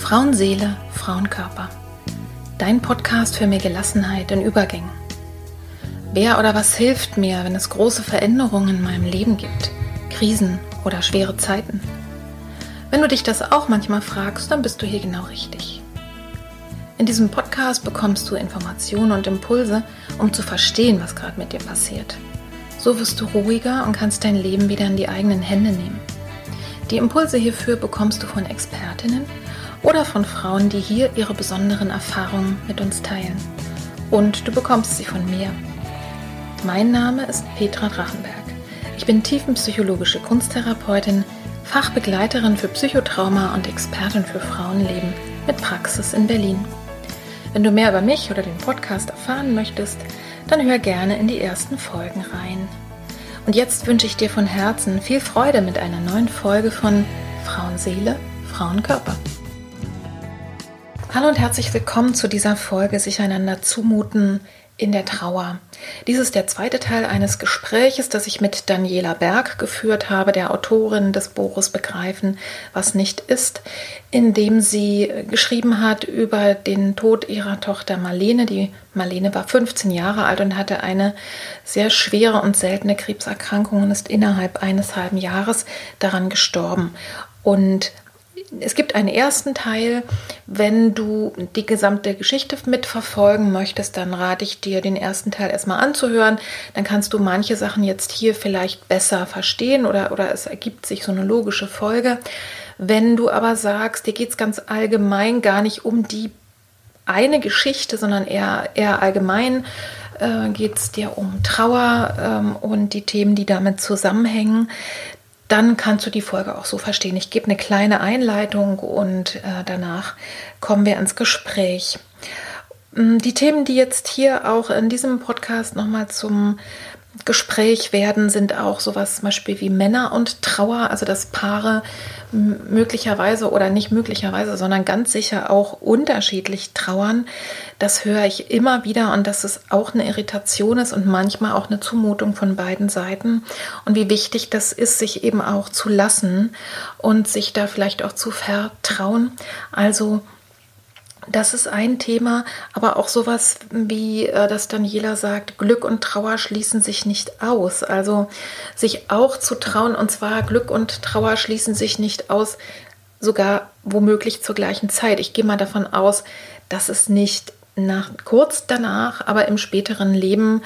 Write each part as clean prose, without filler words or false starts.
Frauenseele, Frauenkörper. Dein Podcast für mehr Gelassenheit in Übergängen. Wer oder was hilft mir, wenn es große Veränderungen in meinem Leben gibt, Krisen oder schwere Zeiten? Wenn du dich das auch manchmal fragst, dann bist du hier genau richtig. In diesem Podcast bekommst du Informationen und Impulse, um zu verstehen, was gerade mit dir passiert. So wirst du ruhiger und kannst dein Leben wieder in die eigenen Hände nehmen. Die Impulse hierfür bekommst du von Expertinnen oder von Frauen, die hier ihre besonderen Erfahrungen mit uns teilen. Und du bekommst sie von mir. Mein Name ist Petra Drachenberg. Ich bin tiefenpsychologische Kunsttherapeutin, Fachbegleiterin für Psychotrauma und Expertin für Frauenleben mit Praxis in Berlin. Wenn du mehr über mich oder den Podcast erfahren möchtest, dann hör gerne in die ersten Folgen rein. Und jetzt wünsche ich dir von Herzen viel Freude mit einer neuen Folge von Frauenseele, Frauenkörper. Hallo und herzlich willkommen zu dieser Folge Sich einander zumuten in der Trauer. Dies ist der zweite Teil eines Gespräches, das ich mit Daniela Berg geführt habe, der Autorin des Buches Begreifen, was nicht ist, in dem sie geschrieben hat über den Tod ihrer Tochter Marlene. Die Marlene war 15 Jahre alt und hatte eine sehr schwere und seltene Krebserkrankung und ist innerhalb eines halben Jahres daran gestorben. Und es gibt einen ersten Teil. Wenn du die gesamte Geschichte mitverfolgen möchtest, dann rate ich dir, den ersten Teil erstmal anzuhören. Dann kannst du manche Sachen jetzt hier vielleicht besser verstehen oder es ergibt sich so eine logische Folge. Wenn du aber sagst, dir geht es ganz allgemein gar nicht um die eine Geschichte, sondern eher allgemein, geht es dir um Trauer und die Themen, die damit zusammenhängen, dann kannst du die Folge auch so verstehen. Ich gebe eine kleine Einleitung und danach kommen wir ins Gespräch. Die Themen, die jetzt hier auch in diesem Podcast nochmal zum Gespräch werden, sind auch sowas zum Beispiel wie Männer und Trauer, also dass Paare möglicherweise oder nicht möglicherweise, sondern ganz sicher auch unterschiedlich trauern. Das höre ich immer wieder und dass es auch eine Irritation ist und manchmal auch eine Zumutung von beiden Seiten. Und wie wichtig das ist, sich eben auch zu lassen und sich da vielleicht auch zu vertrauen. Also das ist ein Thema, aber auch sowas wie, dass Daniela sagt, Glück und Trauer schließen sich nicht aus. Also sich auch zu trauen, und zwar Glück und Trauer schließen sich nicht aus, sogar womöglich zur gleichen Zeit. Ich gehe mal davon aus, dass es nicht kurz danach, aber im späteren Leben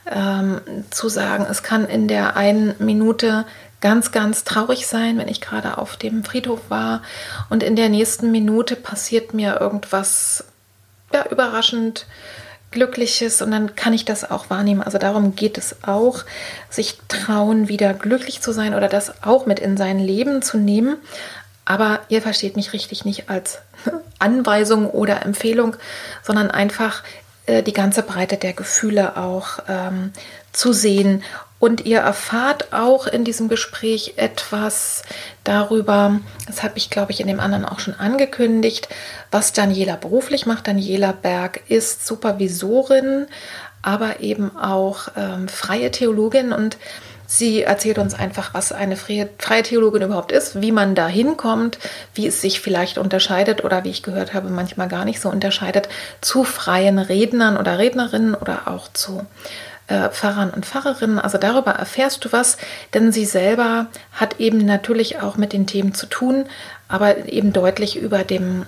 zu sagen, es kann in der einen Minute ganz, ganz traurig sein, wenn ich gerade auf dem Friedhof war und in der nächsten Minute passiert mir irgendwas überraschend Glückliches und dann kann ich das auch wahrnehmen. Also darum geht es auch, sich trauen, wieder glücklich zu sein oder das auch mit in sein Leben zu nehmen. Aber ihr versteht mich richtig, nicht als Anweisung oder Empfehlung, sondern einfach die ganze Breite der Gefühle auch zu sehen. Und ihr erfahrt auch in diesem Gespräch etwas darüber, das habe ich, glaube ich, in dem anderen auch schon angekündigt, was Daniela beruflich macht. Daniela Berg ist Supervisorin, aber eben auch freie Theologin und sie erzählt uns einfach, was eine freie Theologin überhaupt ist, wie man da hinkommt, wie es sich vielleicht unterscheidet oder wie ich gehört habe, manchmal gar nicht so unterscheidet zu freien Rednern oder Rednerinnen oder auch zu Pfarrern und Pfarrerinnen. Also darüber erfährst du was, denn sie selber hat eben natürlich auch mit den Themen zu tun, aber eben deutlich über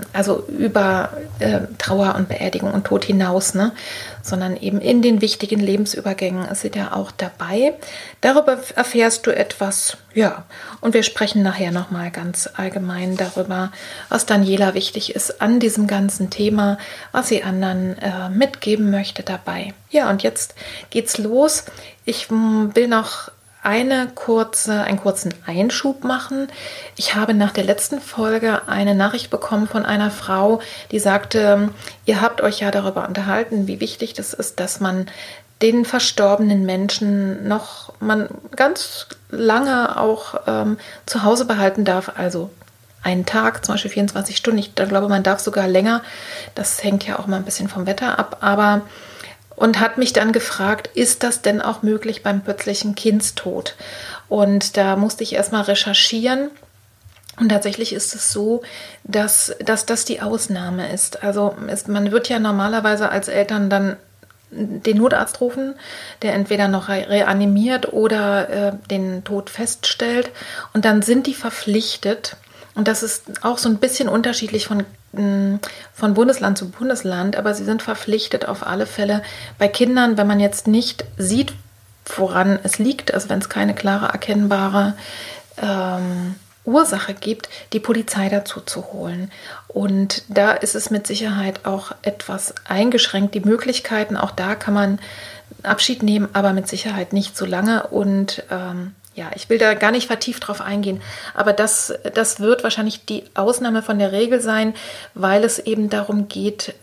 Trauer und Beerdigung und Tod hinaus, ne? Sondern eben in den wichtigen Lebensübergängen ist sie da auch dabei. Darüber erfährst du etwas, ja. Und wir sprechen nachher nochmal ganz allgemein darüber, was Daniela wichtig ist an diesem ganzen Thema, was sie anderen mitgeben möchte dabei. Ja, und jetzt geht's los. Ich will noch einen kurzen Einschub machen. Ich habe nach der letzten Folge eine Nachricht bekommen von einer Frau, die sagte, ihr habt euch ja darüber unterhalten, wie wichtig das ist, dass man den verstorbenen Menschen man ganz lange auch zu Hause behalten darf, also einen Tag, zum Beispiel 24 Stunden. Ich glaube, man darf sogar länger. Das hängt ja auch mal ein bisschen vom Wetter ab, und hat mich dann gefragt, ist das denn auch möglich beim plötzlichen Kindstod? Und da musste ich erstmal recherchieren Und tatsächlich ist es so, dass das die Ausnahme ist. Also man wird ja normalerweise als Eltern dann den Notarzt rufen, der entweder noch reanimiert oder den Tod feststellt. Und dann sind die verpflichtet, und das ist auch so ein bisschen unterschiedlich von Bundesland zu Bundesland, aber sie sind verpflichtet auf alle Fälle bei Kindern, wenn man jetzt nicht sieht, woran es liegt, also wenn es keine klare erkennbare Ursache gibt, die Polizei dazu zu holen. Und da ist es mit Sicherheit auch etwas eingeschränkt, die Möglichkeiten. Auch da kann man Abschied nehmen, aber mit Sicherheit nicht so lange. Und ich will da gar nicht vertieft drauf eingehen, aber das wird wahrscheinlich die Ausnahme von der Regel sein, weil es eben darum geht,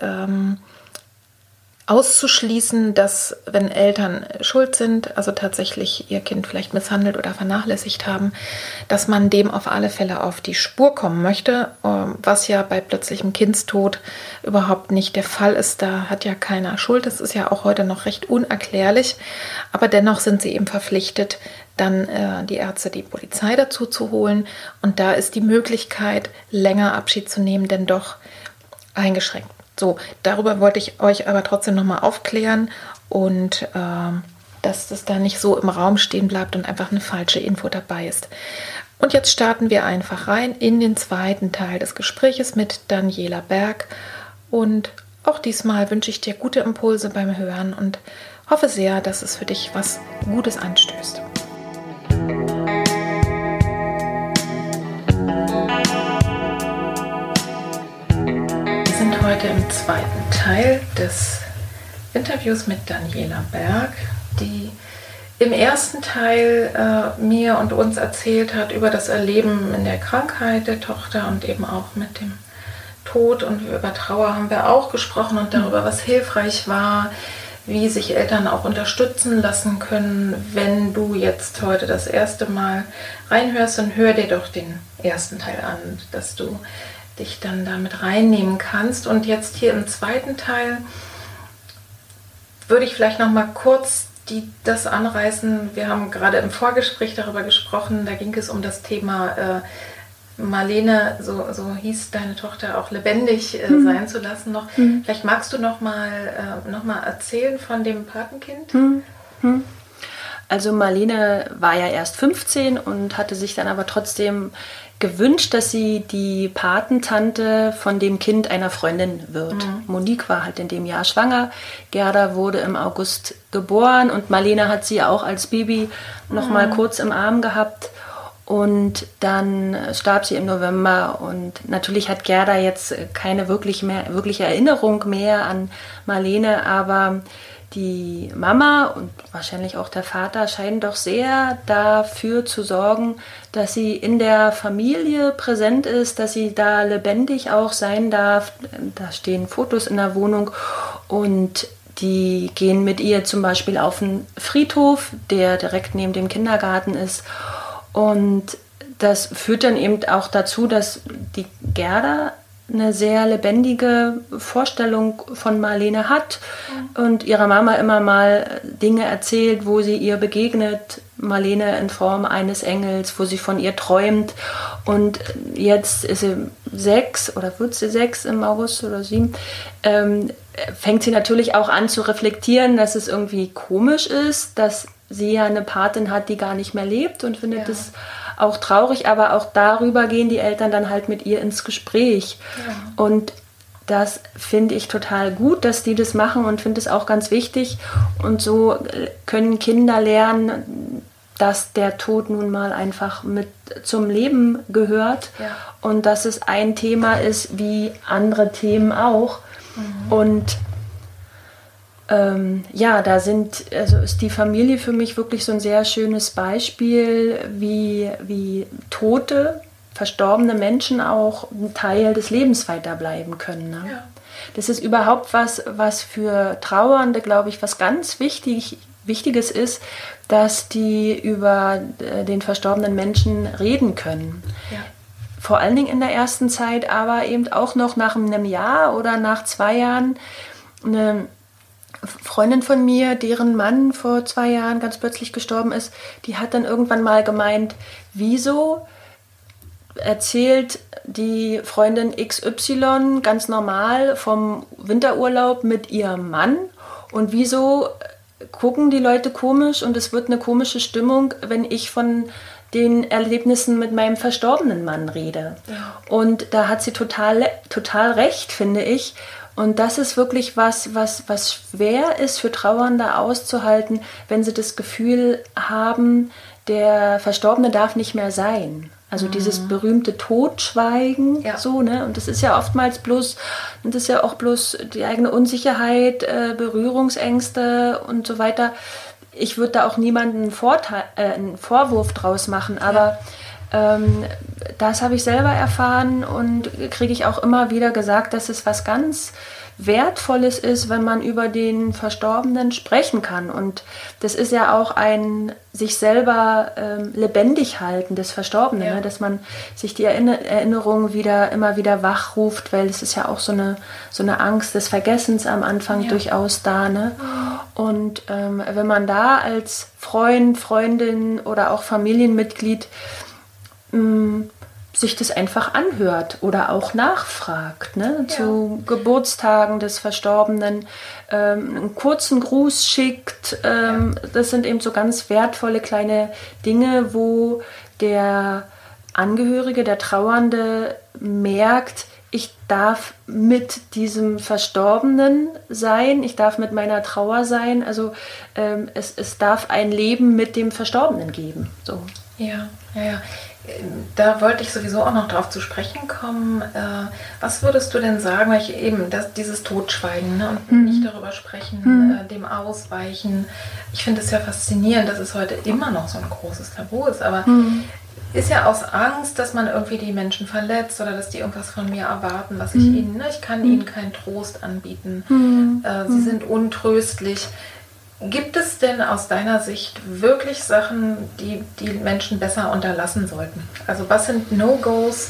auszuschließen, dass wenn Eltern schuld sind, also tatsächlich ihr Kind vielleicht misshandelt oder vernachlässigt haben, dass man dem auf alle Fälle auf die Spur kommen möchte, was ja bei plötzlichem Kindstod überhaupt nicht der Fall ist. Da hat ja keiner Schuld. Das ist ja auch heute noch recht unerklärlich, aber dennoch sind sie eben verpflichtet, dann die Ärzte, die Polizei dazu zu holen. Und da ist die Möglichkeit, länger Abschied zu nehmen, denn doch eingeschränkt. So, darüber wollte ich euch aber trotzdem nochmal aufklären und dass das da nicht so im Raum stehen bleibt und einfach eine falsche Info dabei ist. Und jetzt starten wir einfach rein in den zweiten Teil des Gespräches mit Daniela Berg. Und auch diesmal wünsche ich dir gute Impulse beim Hören und hoffe sehr, dass es für dich was Gutes anstößt. Heute im zweiten Teil des Interviews mit Daniela Berg, die im ersten Teil mir und uns erzählt hat über das Erleben in der Krankheit der Tochter und eben auch mit dem Tod, und über Trauer haben wir auch gesprochen und darüber, was hilfreich war, wie sich Eltern auch unterstützen lassen können. Wenn du jetzt heute das erste Mal reinhörst, dann hör dir doch den ersten Teil an, dass du dich dann damit reinnehmen kannst. Und jetzt hier im zweiten Teil würde ich vielleicht noch mal kurz das anreißen. Wir haben gerade im Vorgespräch darüber gesprochen, da ging es um das Thema Marlene, so hieß deine Tochter, auch lebendig sein zu lassen noch. Vielleicht magst du noch mal erzählen von dem Patenkind? Also Marlene war ja erst 15 und hatte sich dann aber trotzdem gewünscht, dass sie die Patentante von dem Kind einer Freundin wird. Monique war halt in dem Jahr schwanger, Gerda wurde im August geboren und Marlene hat sie auch als Baby noch mal kurz im Arm gehabt und dann starb sie im November und natürlich hat Gerda jetzt keine wirkliche Erinnerung mehr an Marlene, aber die Mama und wahrscheinlich auch der Vater scheinen doch sehr dafür zu sorgen, dass sie in der Familie präsent ist, dass sie da lebendig auch sein darf. Da stehen Fotos in der Wohnung und die gehen mit ihr zum Beispiel auf den Friedhof, der direkt neben dem Kindergarten ist. Und das führt dann eben auch dazu, dass die Gerda eine sehr lebendige Vorstellung von Marlene hat und ihrer Mama immer mal Dinge erzählt, wo sie ihr begegnet. Marlene in Form eines Engels, wo sie von ihr träumt. Und jetzt ist sie 6 oder wird sie 6 im August oder 7, fängt sie natürlich auch an zu reflektieren, dass es irgendwie komisch ist, dass sie ja eine Patin hat, die gar nicht mehr lebt und findet es auch traurig, aber auch darüber gehen die Eltern dann halt mit ihr ins Gespräch. Ja. Und das finde ich total gut, dass die das machen und finde es auch ganz wichtig. Und so können Kinder lernen, dass der Tod nun mal einfach mit zum Leben gehört und dass es ein Thema ist wie andere Themen auch. Und da ist die Familie für mich wirklich so ein sehr schönes Beispiel, wie tote, verstorbene Menschen auch ein Teil des Lebens weiterbleiben können. Ne? Ja. Das ist überhaupt was für Trauernde, glaube ich, was ganz Wichtiges ist, dass die über den verstorbenen Menschen reden können. Ja. Vor allen Dingen in der ersten Zeit, aber eben auch noch nach einem Jahr oder nach 2 Jahren. Eine Freundin von mir, deren Mann vor 2 Jahren ganz plötzlich gestorben ist, die hat dann irgendwann mal gemeint, wieso erzählt die Freundin XY ganz normal vom Winterurlaub mit ihrem Mann. Und wieso gucken die Leute komisch und es wird eine komische Stimmung, wenn ich von den Erlebnissen mit meinem verstorbenen Mann rede. Ja. Und da hat sie total recht, finde ich. Und das ist wirklich was schwer ist für Trauernde auszuhalten, wenn sie das Gefühl haben, der Verstorbene darf nicht mehr sein. Also dieses berühmte Totschweigen, so, ne? Und das ist ja oftmals bloß die eigene Unsicherheit, Berührungsängste und so weiter. Ich würde da auch niemanden einen Vorwurf draus machen, aber das habe ich selber erfahren und kriege ich auch immer wieder gesagt, dass es was ganz Wertvolles ist, wenn man über den Verstorbenen sprechen kann. Und das ist ja auch ein sich selber lebendig halten des Verstorbenen, ne? Dass man sich die Erinnerung immer wieder wachruft, weil es ist ja auch so eine Angst des Vergessens am Anfang durchaus da. Ne? Und wenn man da als Freund, Freundin oder auch Familienmitglied sich das einfach anhört oder auch nachfragt, ne? Zu Geburtstagen des Verstorbenen, einen kurzen Gruß schickt. Das sind eben so ganz wertvolle kleine Dinge, wo der Angehörige, der Trauernde merkt, ich darf mit diesem Verstorbenen sein, ich darf mit meiner Trauer sein, also es darf ein Leben mit dem Verstorbenen geben. So. Ja. Da wollte ich sowieso auch noch drauf zu sprechen kommen. Was würdest du denn sagen, weil ich eben dieses Totschweigen, ne, und nicht darüber sprechen, dem Ausweichen. Ich finde es ja faszinierend, dass es heute immer noch so ein großes Tabu ist, aber ist ja aus Angst, dass man irgendwie die Menschen verletzt oder dass die irgendwas von mir erwarten, was ich ihnen, ne, ich kann ihnen keinen Trost anbieten. Sie sind untröstlich. Gibt es denn aus deiner Sicht wirklich Sachen, die Menschen besser unterlassen sollten? Also was sind No-Gos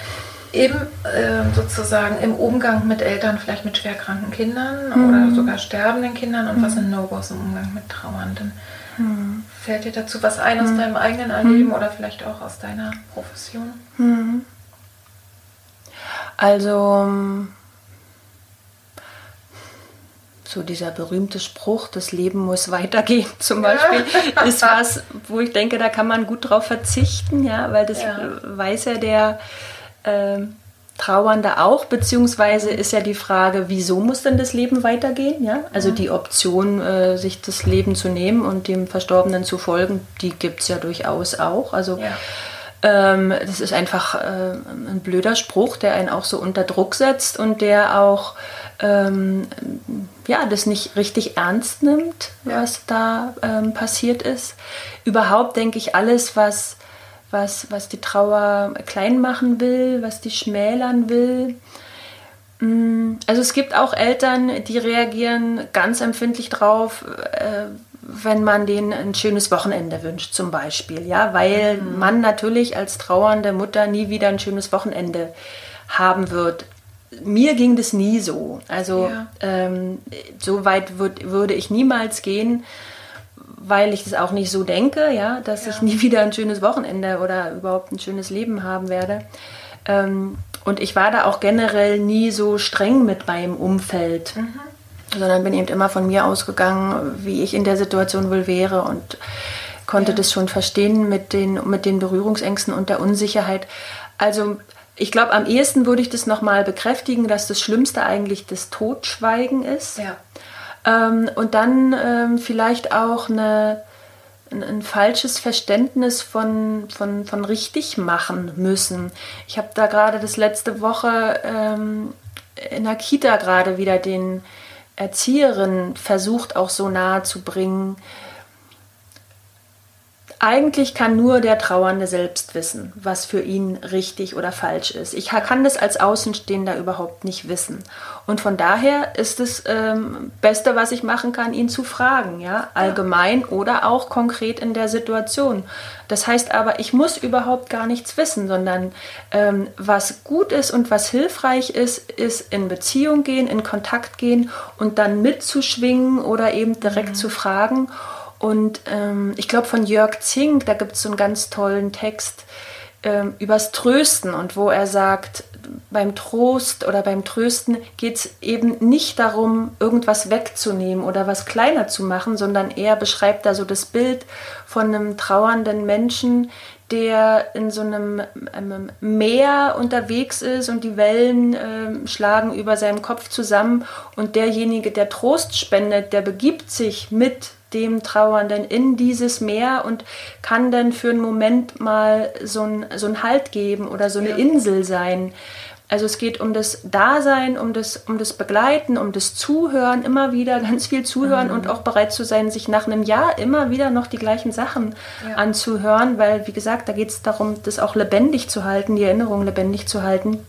sozusagen im Umgang mit Eltern, vielleicht mit schwerkranken Kindern oder sogar sterbenden Kindern, und was sind No-Gos im Umgang mit Trauernden? Fällt dir dazu was ein aus deinem eigenen Erleben oder vielleicht auch aus deiner Profession? Also so dieser berühmte Spruch, das Leben muss weitergehen zum Beispiel, ist was, wo ich denke, da kann man gut drauf verzichten, ja, weil das weiß ja der Trauernde auch, beziehungsweise ist ja die Frage, wieso muss denn das Leben weitergehen, ja? Also die Option, sich das Leben zu nehmen und dem Verstorbenen zu folgen, die gibt es ja durchaus auch, also das ist einfach ein blöder Spruch, der einen auch so unter Druck setzt und der auch das nicht richtig ernst nimmt, was da passiert ist. Überhaupt denke ich, alles, was die Trauer klein machen will, was die schmälern will. Also es gibt auch Eltern, die reagieren ganz empfindlich drauf, wenn man denen ein schönes Wochenende wünscht zum Beispiel, ja, weil man natürlich als trauernde Mutter nie wieder ein schönes Wochenende haben wird. Mir ging das nie so. Also so weit würde ich niemals gehen, weil ich das auch nicht so denke, ja, dass ich nie wieder ein schönes Wochenende oder überhaupt ein schönes Leben haben werde. Und ich war da auch generell nie so streng mit meinem Umfeld, sondern bin eben immer von mir ausgegangen, wie ich in der Situation wohl wäre und konnte das schon verstehen mit den Berührungsängsten und der Unsicherheit. Also ich glaube, am ehesten würde ich das nochmal bekräftigen, dass das Schlimmste eigentlich das Totschweigen ist. Ja. Und dann vielleicht auch ein falsches Verständnis von richtig machen müssen. Ich habe da gerade das letzte Woche in der Kita gerade wieder den Erzieherinnen versucht, auch so nahe zu bringen. Eigentlich kann nur der Trauernde selbst wissen, was für ihn richtig oder falsch ist. Ich kann das als Außenstehender überhaupt nicht wissen. Und von daher ist das Beste, was ich machen kann, ihn zu fragen, ja, allgemein oder auch konkret in der Situation. Das heißt aber, ich muss überhaupt gar nichts wissen, sondern was gut ist und was hilfreich ist, ist in Beziehung gehen, in Kontakt gehen und dann mitzuschwingen oder eben direkt zu fragen. Und ich glaube von Jörg Zink, da gibt es so einen ganz tollen Text, übers Trösten und wo er sagt, beim Trost oder beim Trösten geht es eben nicht darum, irgendwas wegzunehmen oder was kleiner zu machen, sondern er beschreibt da so das Bild von einem trauernden Menschen, der in so einem Meer unterwegs ist und die Wellen schlagen über seinem Kopf zusammen und derjenige, der Trost spendet, der begibt sich mit dem Trauernden in dieses Meer und kann dann für einen Moment mal so einen Halt geben oder so eine Insel sein. Also es geht um das Dasein, um das Begleiten, um das Zuhören, immer wieder ganz viel zuhören und auch bereit zu sein, sich nach einem Jahr immer wieder noch die gleichen Sachen anzuhören, weil, wie gesagt, da geht es darum, das auch lebendig zu halten, die Erinnerung lebendig zu halten.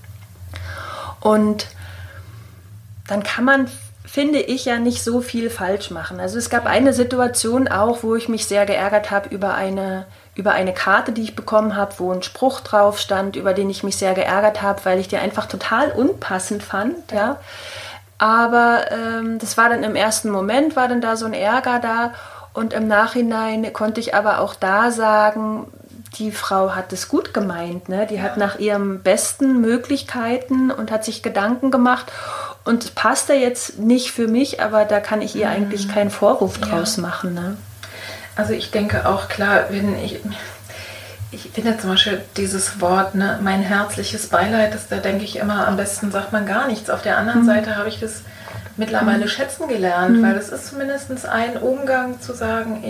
Und dann kann man, finde ich, ja nicht so viel falsch machen. Also es gab eine Situation auch, wo ich mich sehr geärgert habe über eine Karte, die ich bekommen habe, wo ein Spruch drauf stand, über den ich mich sehr geärgert habe, weil ich den einfach total unpassend fand. Ja. Aber das war dann im ersten Moment, war dann da so ein Ärger da und im Nachhinein konnte ich aber auch da sagen, die Frau hat es gut gemeint, ne? Die hat nach ihren besten Möglichkeiten und hat sich Gedanken gemacht und es passte jetzt nicht für mich, aber da kann ich ihr eigentlich keinen Vorwurf draus machen. Ne? Also ich denke auch, klar, wenn ich finde zum Beispiel dieses Wort, ne, mein herzliches Beileid, da denke ich immer, am besten sagt man gar nichts. Auf der anderen Seite habe ich das mittlerweile schätzen gelernt, weil es ist zumindest ein Umgang zu sagen,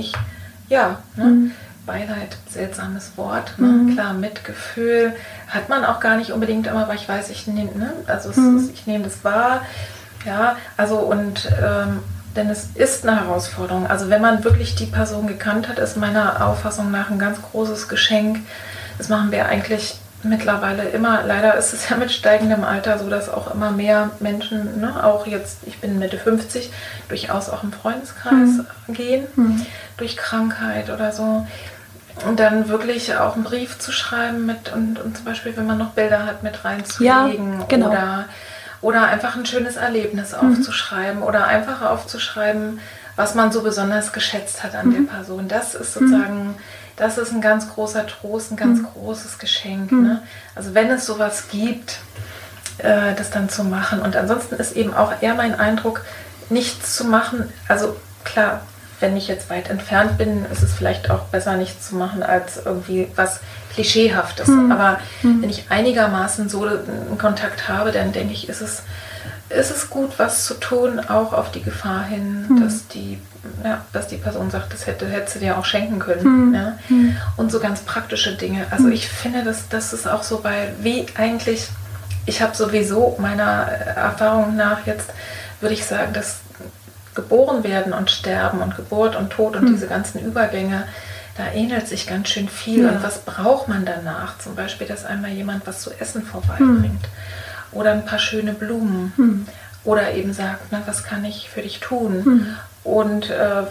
Beileid, seltsames Wort, ne? Klar, Mitgefühl hat man auch gar nicht unbedingt immer, weil ich weiß, ich nehme das wahr, ja, also und denn es ist eine Herausforderung. Also wenn man wirklich die Person gekannt hat, ist meiner Auffassung nach ein ganz großes Geschenk. Das machen wir eigentlich mittlerweile immer. Leider ist es ja mit steigendem Alter so, dass auch immer mehr Menschen, ne, auch jetzt, ich bin Mitte 50, durchaus auch im Freundeskreis gehen, durch Krankheit oder so. Und dann wirklich auch einen Brief zu schreiben und zum Beispiel, wenn man noch Bilder hat, mit reinzulegen. Ja, genau. Oder einfach ein schönes Erlebnis aufzuschreiben oder einfach aufzuschreiben, was man so besonders geschätzt hat an der Person. Das ist sozusagen, das ist ein ganz großer Trost, ein ganz großes Geschenk. Ne? Also wenn es sowas gibt, das dann zu machen. Und ansonsten ist eben auch eher mein Eindruck, nichts zu machen. Also klar, wenn ich jetzt weit entfernt bin, ist es vielleicht auch besser, nichts zu machen, als irgendwie was Klischeehaftes. Aber wenn ich einigermaßen so einen Kontakt habe, dann denke ich, ist es gut, was zu tun, auch auf die Gefahr hin, dass die Person sagt, das hättest du dir auch schenken können. Ja? Und so ganz praktische Dinge. Also ich finde, das ist auch so, weil wie eigentlich, ich habe sowieso meiner Erfahrung nach jetzt, würde ich sagen, dass geboren werden und sterben und Geburt und Tod und diese ganzen Übergänge, da ähnelt sich ganz schön viel. Und was braucht man danach? Zum Beispiel, dass einmal jemand was zu essen vorbeibringt. Oder ein paar schöne Blumen. Oder eben sagt, na, was kann ich für dich tun? Und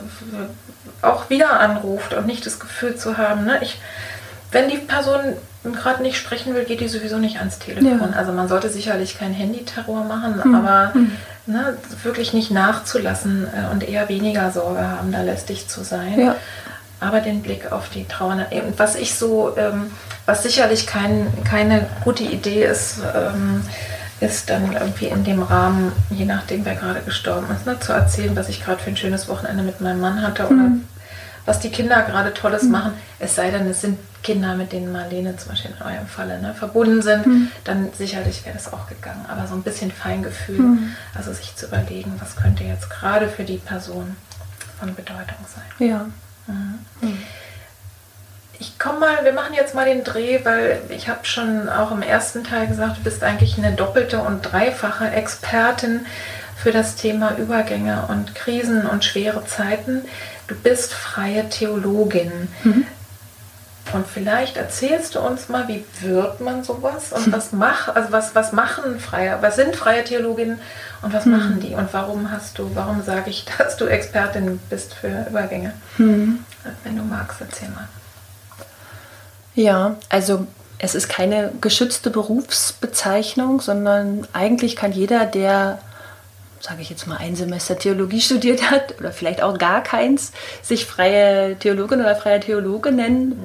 auch wieder anruft und nicht das Gefühl zu haben, ne, wenn die Person gerade nicht sprechen will, geht die sowieso nicht ans Telefon. Ja. Also man sollte sicherlich keinen Handyterror machen, aber ne, wirklich nicht nachzulassen und eher weniger Sorge haben, da lästig zu sein. Ja. Aber den Blick auf die Trauernde. Und was ich so, was sicherlich keine gute Idee ist, ist dann irgendwie in dem Rahmen, je nachdem wer gerade gestorben ist, ne, zu erzählen, was ich gerade für ein schönes Wochenende mit meinem Mann hatte oder was die Kinder gerade Tolles machen. Es sei denn, es sind Kinder, mit denen Marlene zum Beispiel in eurem Falle verbunden sind, dann sicherlich wäre das auch gegangen. Aber so ein bisschen Feingefühl, also sich zu überlegen, was könnte jetzt gerade für die Person von Bedeutung sein. Ja. Wir machen jetzt mal den Dreh, weil ich habe schon auch im ersten Teil gesagt, du bist eigentlich eine doppelte und dreifache Expertin für das Thema Übergänge und Krisen und schwere Zeiten. Du bist freie Theologin. Und vielleicht erzählst du uns mal, wie wird man sowas und was sind freie Theologinnen und was machen die und warum sage ich, dass du Expertin bist für Übergänge? Wenn du magst, erzähl mal. Ja, also es ist keine geschützte Berufsbezeichnung, sondern eigentlich kann jeder, der, sage ich jetzt mal, ein Semester Theologie studiert hat oder vielleicht auch gar keins, sich freie Theologin oder freier Theologe nennen.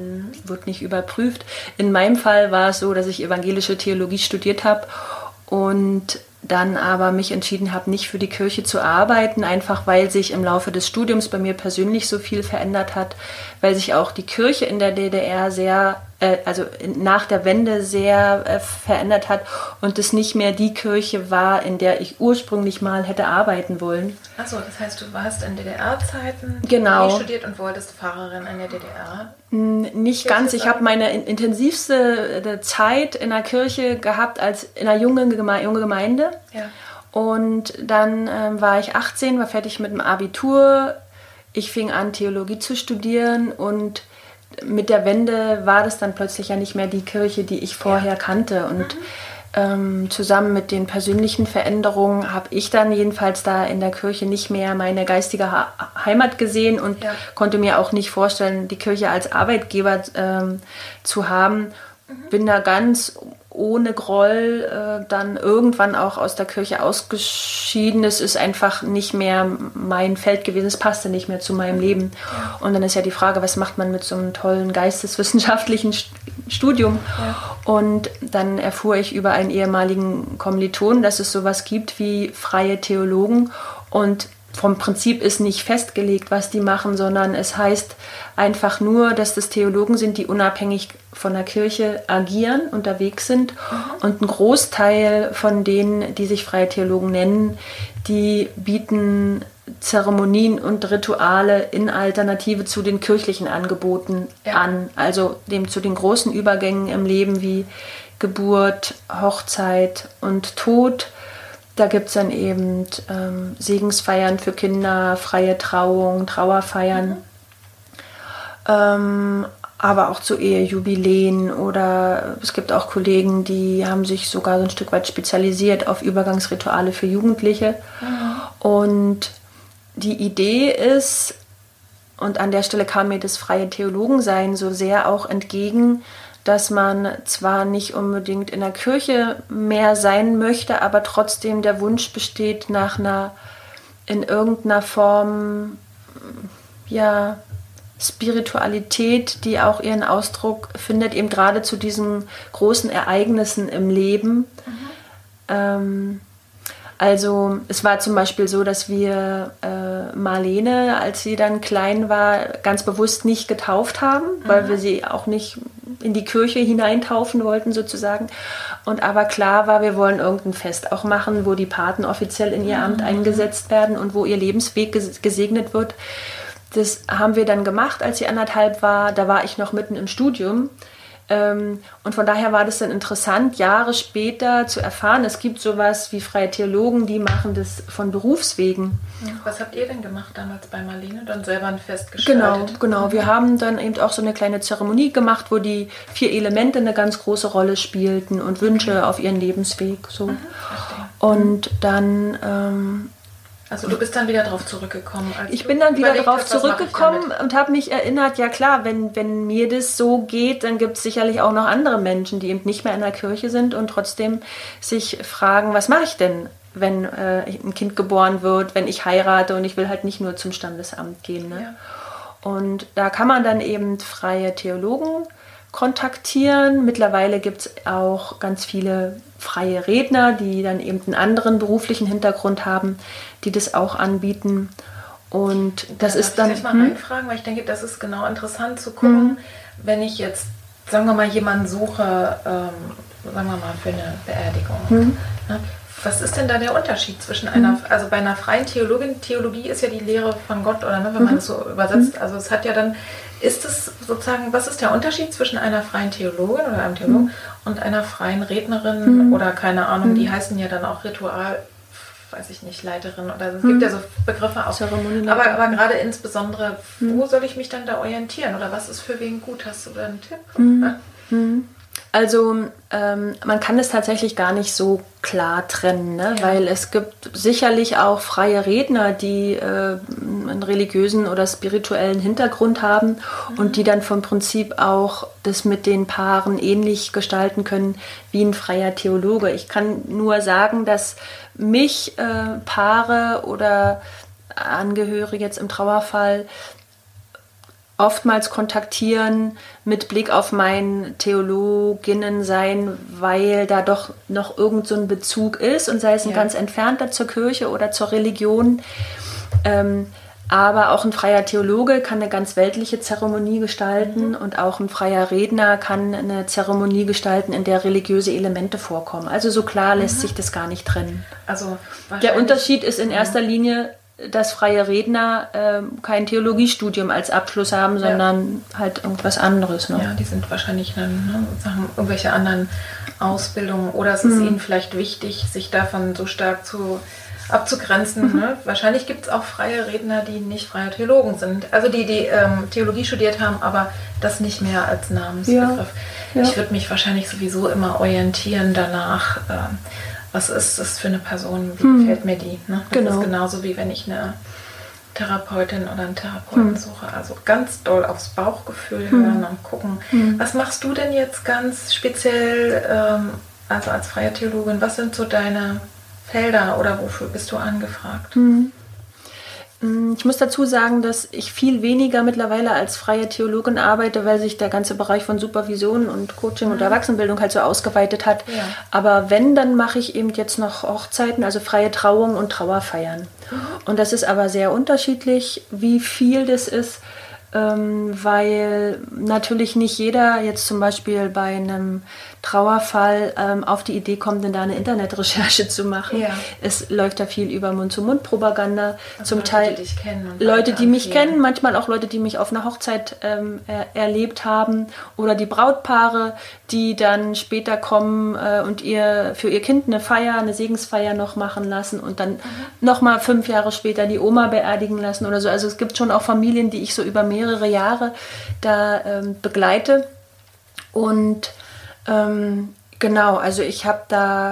wird nicht überprüft. In meinem Fall war es so, dass ich evangelische Theologie studiert habe und dann aber mich entschieden habe, nicht für die Kirche zu arbeiten, einfach weil sich im Laufe des Studiums bei mir persönlich so viel verändert hat, weil sich auch die Kirche in der DDR nach der Wende sehr verändert hat und es nicht mehr die Kirche war, in der ich ursprünglich mal hätte arbeiten wollen. Achso, das heißt, du warst in DDR-Zeiten studiert und wolltest Pfarrerin in der DDR? Nicht ganz. Ich habe meine intensivste Zeit in der Kirche gehabt als in einer junge Gemeinde. Ja. Und dann war ich 18, war fertig mit dem Abitur. Ich fing an, Theologie zu studieren und mit der Wende war das dann plötzlich ja nicht mehr die Kirche, die ich vorher kannte. Und zusammen mit den persönlichen Veränderungen habe ich dann jedenfalls da in der Kirche nicht mehr meine geistige Heimat gesehen und konnte mir auch nicht vorstellen, die Kirche als Arbeitgeber zu haben. Bin da ganz ohne Groll dann irgendwann auch aus der Kirche ausgeschieden. Es ist einfach nicht mehr mein Feld gewesen, es passte nicht mehr zu meinem Leben. Und dann ist ja die Frage, was macht man mit so einem tollen geisteswissenschaftlichen Studium? Ja. Und dann erfuhr ich über einen ehemaligen Kommilitonen, dass es sowas gibt wie freie Theologen und vom Prinzip ist nicht festgelegt, was die machen, sondern es heißt einfach nur, dass das Theologen sind, die unabhängig von der Kirche agieren, unterwegs sind. Und ein Großteil von denen, die sich freie Theologen nennen, die bieten Zeremonien und Rituale in Alternative zu den kirchlichen Angeboten an. Also zu den großen Übergängen im Leben wie Geburt, Hochzeit und Tod. Da gibt es dann eben Segensfeiern für Kinder, freie Trauung, Trauerfeiern, aber auch zu Ehejubiläen oder es gibt auch Kollegen, die haben sich sogar so ein Stück weit spezialisiert auf Übergangsrituale für Jugendliche. Und die Idee ist, und an der Stelle kam mir das freie Theologensein so sehr auch entgegen, dass man zwar nicht unbedingt in der Kirche mehr sein möchte, aber trotzdem der Wunsch besteht nach in irgendeiner Form, Spiritualität, die auch ihren Ausdruck findet, eben gerade zu diesen großen Ereignissen im Leben. Also es war zum Beispiel so, dass wir Marlene, als sie dann klein war, ganz bewusst nicht getauft haben, weil wir sie auch nicht in die Kirche hineintaufen wollten sozusagen. Und aber klar war, wir wollen irgendein Fest auch machen, wo die Paten offiziell in ihr Amt eingesetzt werden und wo ihr Lebensweg gesegnet wird. Das haben wir dann gemacht, als sie 1,5 war. Da war ich noch mitten im Studium. Und von daher war das dann interessant, Jahre später zu erfahren, es gibt sowas wie freie Theologen, die machen das von Berufswegen. Was habt ihr denn gemacht damals bei Marlene? Dann selber ein Fest gestaltet? Genau. Wir haben dann eben auch so eine kleine Zeremonie gemacht, wo die 4 Elemente eine ganz große Rolle spielten und Wünsche auf ihren Lebensweg. So. Und dann... Also du bist dann wieder drauf zurückgekommen? Ich bin dann wieder drauf zurückgekommen und habe mich erinnert, ja klar, wenn mir das so geht, dann gibt es sicherlich auch noch andere Menschen, die eben nicht mehr in der Kirche sind und trotzdem sich fragen, was mache ich denn, wenn ein Kind geboren wird, wenn ich heirate und ich will halt nicht nur zum Standesamt gehen. Ne? Ja. Und da kann man dann eben freie Theologen kontaktieren. Mittlerweile gibt es auch ganz viele freie Redner, die dann eben einen anderen beruflichen Hintergrund haben, die das auch anbieten. Und das ist dann... Darf ich mal reinfragen, weil ich denke, das ist genau interessant zu gucken, wenn ich jetzt, sagen wir mal, jemanden suche, sagen wir mal, für eine Beerdigung. Ne? Was ist denn da der Unterschied zwischen also bei einer freien Theologin, Theologie ist ja die Lehre von Gott, oder ne, wenn man es so übersetzt, also es hat ja dann, ist es sozusagen, was ist der Unterschied zwischen einer freien Theologin oder einem Theologen und einer freien Rednerin oder keine Ahnung, die heißen ja dann auch Ritual, weiß ich nicht, Leiterin oder es gibt ja so Begriffe auch. Aber gerade insbesondere, wo soll ich mich dann da orientieren oder was ist für wen gut? Hast du da einen Tipp? Also man kann es tatsächlich gar nicht so klar trennen, ne? Weil es gibt sicherlich auch freie Redner, die einen religiösen oder spirituellen Hintergrund haben und die dann vom Prinzip auch das mit den Paaren ähnlich gestalten können wie ein freier Theologe. Ich kann nur sagen, dass mich Paare oder Angehörige jetzt im Trauerfall oftmals kontaktieren mit Blick auf mein Theologinnensein, weil da doch noch irgend so ein Bezug ist und sei es ein ganz entfernter zur Kirche oder zur Religion. Aber auch ein freier Theologe kann eine ganz weltliche Zeremonie gestalten und auch ein freier Redner kann eine Zeremonie gestalten, in der religiöse Elemente vorkommen. Also so klar lässt sich das gar nicht trennen. Also der Unterschied ist in erster Linie, dass freie Redner kein Theologiestudium als Abschluss haben, sondern halt irgendwas anderes. Ne? Ja, die sind wahrscheinlich dann, haben irgendwelche anderen Ausbildungen oder es ist ihnen vielleicht wichtig, sich davon so stark abzugrenzen. Ne? Wahrscheinlich gibt es auch freie Redner, die nicht freie Theologen sind. Also die Theologie studiert haben, aber das nicht mehr als Namensbegriff. Ja. Ich würde mich wahrscheinlich sowieso immer orientieren danach, was ist das für eine Person, wie gefällt mir die. Ne? Das ist genauso wie wenn ich eine Therapeutin oder einen Therapeuten suche. Also ganz doll aufs Bauchgefühl hören und gucken. Was machst du denn jetzt ganz speziell, also als freie Theologin, was sind so deine Felder oder wofür bist du angefragt? Ich muss dazu sagen, dass ich viel weniger mittlerweile als freie Theologin arbeite, weil sich der ganze Bereich von Supervision und Coaching und Erwachsenenbildung halt so ausgeweitet hat. Ja. Aber wenn, dann mache ich eben jetzt noch Hochzeiten, also freie Trauungen und Trauerfeiern. Und das ist aber sehr unterschiedlich, wie viel das ist, weil natürlich nicht jeder jetzt zum Beispiel bei einem Trauerfall auf die Idee kommt, denn da eine Internetrecherche zu machen. Ja. Es läuft da viel über Mund-zu-Mund-Propaganda. Also zum Teil die dich kennen und Leute, die mich kennen, manchmal auch Leute, die mich auf einer Hochzeit erlebt haben oder die Brautpaare, die dann später kommen und für ihr Kind eine Segensfeier noch machen lassen und dann nochmal 5 Jahre später die Oma beerdigen lassen oder so. Also es gibt schon auch Familien, die ich so über mehrere Jahre da begleite. Und genau, also ich habe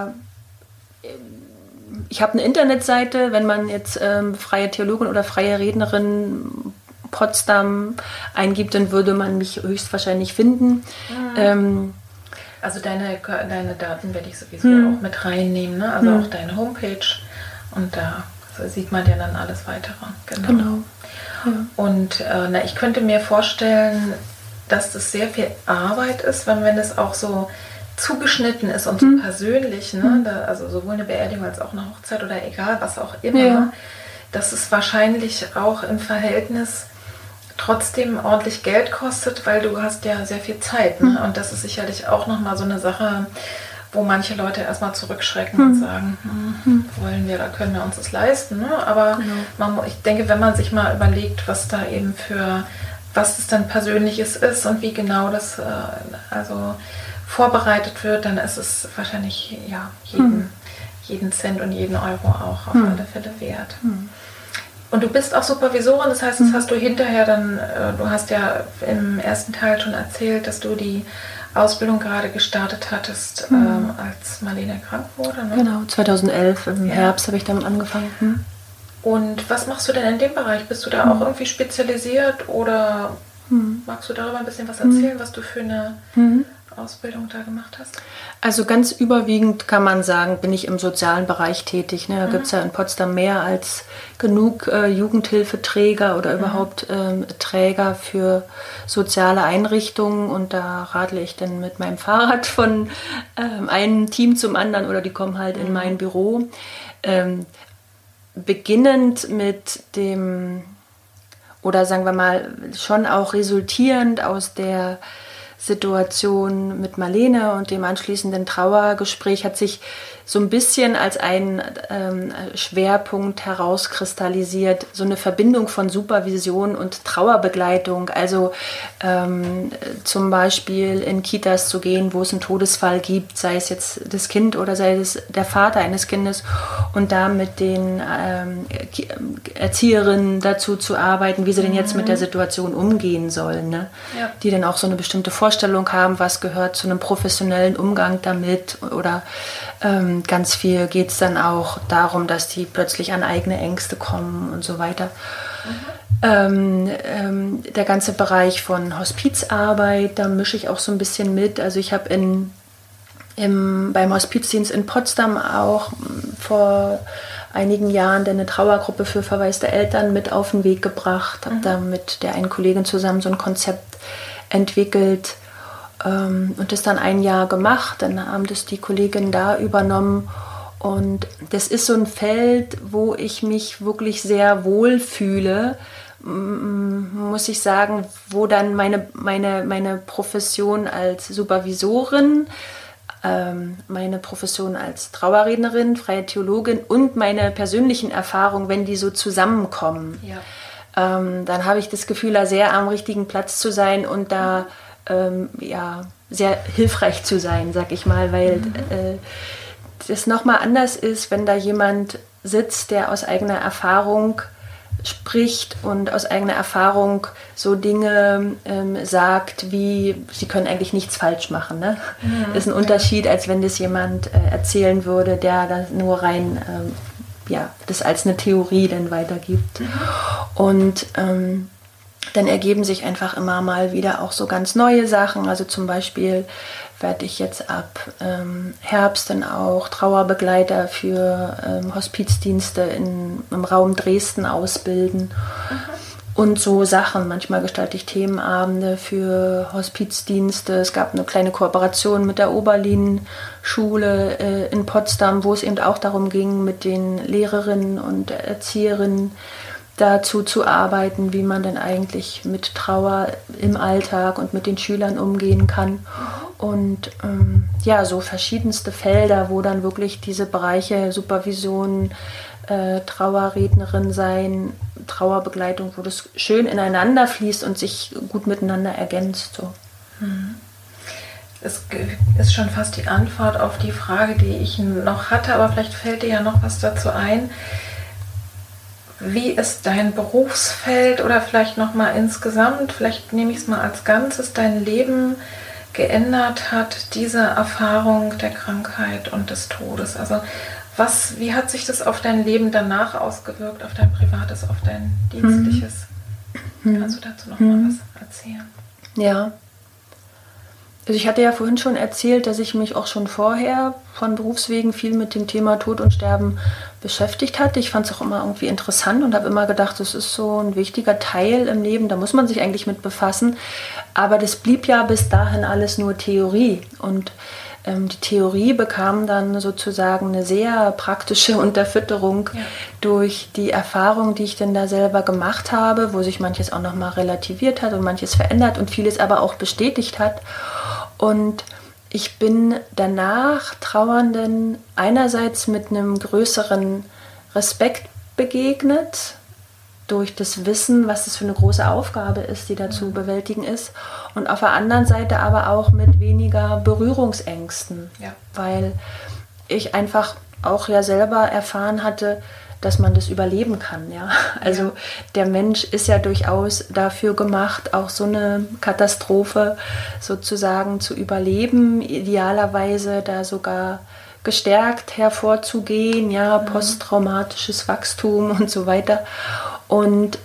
eine Internetseite, wenn man jetzt freie Theologin oder freie Rednerin Potsdam eingibt, dann würde man mich höchstwahrscheinlich finden. Also deine Daten werde ich sowieso auch mit reinnehmen, ne? Also auch deine Homepage und da sieht man ja dann alles Weitere. Genau. Ja. Und ich könnte mir vorstellen, dass das sehr viel Arbeit ist, wenn es auch so zugeschnitten ist und so persönlich, ne? Also sowohl eine Beerdigung als auch eine Hochzeit oder egal, was auch immer, dass es wahrscheinlich auch im Verhältnis trotzdem ordentlich Geld kostet, weil du hast ja sehr viel Zeit. Ne? Und das ist sicherlich auch nochmal so eine Sache, wo manche Leute erstmal zurückschrecken und sagen, wollen wir, da können wir uns das leisten. Ne? Aber ich denke, wenn man sich mal überlegt, was da eben was das dann Persönliches ist und wie genau das also vorbereitet wird, dann ist es wahrscheinlich jeden Cent und jeden Euro auch auf alle Fälle wert. Und du bist auch Supervisorin, das heißt, das hast du hinterher dann, du hast ja im ersten Teil schon erzählt, dass du die Ausbildung gerade gestartet hattest, als Marlene krank wurde. Ne? Genau, 2011 im Herbst habe ich damit angefangen. Und was machst du denn in dem Bereich? Bist du da auch irgendwie spezialisiert oder magst du darüber ein bisschen was erzählen, was du für eine Ausbildung da gemacht hast? Also ganz überwiegend kann man sagen, bin ich im sozialen Bereich tätig. Ne? Da gibt es ja in Potsdam mehr als genug Jugendhilfeträger oder überhaupt Träger für soziale Einrichtungen. Und da radle ich dann mit meinem Fahrrad von einem Team zum anderen oder die kommen halt in mein Büro. Beginnend mit dem, oder sagen wir mal, schon auch resultierend aus der Situation mit Marlene und dem anschließenden Trauergespräch hat sich so ein bisschen als ein Schwerpunkt herauskristallisiert, so eine Verbindung von Supervision und Trauerbegleitung, also zum Beispiel in Kitas zu gehen, wo es einen Todesfall gibt, sei es jetzt das Kind oder sei es der Vater eines Kindes und da mit den Erzieherinnen dazu zu arbeiten, wie sie denn jetzt mit der Situation umgehen sollen, ne? Ja. Die dann auch so eine bestimmte Vorstellung haben, was gehört zu einem professionellen Umgang damit oder ganz viel geht es dann auch darum, dass die plötzlich an eigene Ängste kommen und so weiter. Der ganze Bereich von Hospizarbeit, da mische ich auch so ein bisschen mit. Also ich habe beim Hospizdienst in Potsdam auch vor einigen Jahren dann eine Trauergruppe für verwaiste Eltern mit auf den Weg gebracht, habe da mit der einen Kollegin zusammen so ein Konzept entwickelt und das dann ein Jahr gemacht. Dann haben das die Kollegin da übernommen. Und das ist so ein Feld, wo ich mich wirklich sehr wohl fühle, muss ich sagen, wo dann meine Profession als Supervisorin, meine Profession als Trauerrednerin, freie Theologin und meine persönlichen Erfahrungen, wenn die so zusammenkommen, dann habe ich das Gefühl, da sehr am richtigen Platz zu sein und da sehr hilfreich zu sein, sag ich mal, weil das nochmal anders ist, wenn da jemand sitzt, der aus eigener Erfahrung spricht und aus eigener Erfahrung so Dinge sagt, wie sie können eigentlich nichts falsch machen. Ne? Das ist ein Unterschied, als wenn das jemand erzählen würde, der das nur rein das als eine Theorie dann weitergibt. Und dann ergeben sich einfach immer mal wieder auch so ganz neue Sachen. Also zum Beispiel werde ich jetzt ab Herbst dann auch Trauerbegleiter für Hospizdienste im Raum Dresden ausbilden. Und so Sachen. Manchmal gestalte ich Themenabende für Hospizdienste. Es gab eine kleine Kooperation mit der Oberlin-Schule in Potsdam, wo es eben auch darum ging, mit den Lehrerinnen und Erzieherinnen dazu zu arbeiten, wie man denn eigentlich mit Trauer im Alltag und mit den Schülern umgehen kann. Und so verschiedenste Felder, wo dann wirklich diese Bereiche Supervision, Trauerrednerin sein, Trauerbegleitung, wo das schön ineinander fließt und sich gut miteinander ergänzt. So. Es ist schon fast die Antwort auf die Frage, die ich noch hatte, aber vielleicht fällt dir ja noch was dazu ein. Wie ist dein Berufsfeld oder vielleicht nochmal insgesamt, vielleicht nehme ich es mal als Ganzes, dein Leben geändert hat, diese Erfahrung der Krankheit und des Todes? Also wie hat sich das auf dein Leben danach ausgewirkt, auf dein Privates, auf dein Dienstliches? Kannst du dazu noch mal was erzählen? Ja. Also ich hatte ja vorhin schon erzählt, dass ich mich auch schon vorher von Berufswegen viel mit dem Thema Tod und Sterben beschäftigt hatte. Ich fand es auch immer irgendwie interessant und habe immer gedacht, das ist so ein wichtiger Teil im Leben, da muss man sich eigentlich mit befassen. Aber das blieb ja bis dahin alles nur Theorie. Und die Theorie bekam dann sozusagen eine sehr praktische Unterfütterung durch die Erfahrung, die ich denn da selber gemacht habe, wo sich manches auch nochmal relativiert hat und manches verändert und vieles aber auch bestätigt hat. Und ich bin danach Trauernden einerseits mit einem größeren Respekt begegnet, durch das Wissen, was das für eine große Aufgabe ist, die da zu bewältigen ist. Und auf der anderen Seite aber auch mit weniger Berührungsängsten, weil ich einfach auch ja selber erfahren hatte, dass man das überleben kann. Ja? Also der Mensch ist ja durchaus dafür gemacht, auch so eine Katastrophe sozusagen zu überleben, idealerweise da sogar gestärkt hervorzugehen, posttraumatisches Wachstum und so weiter. Und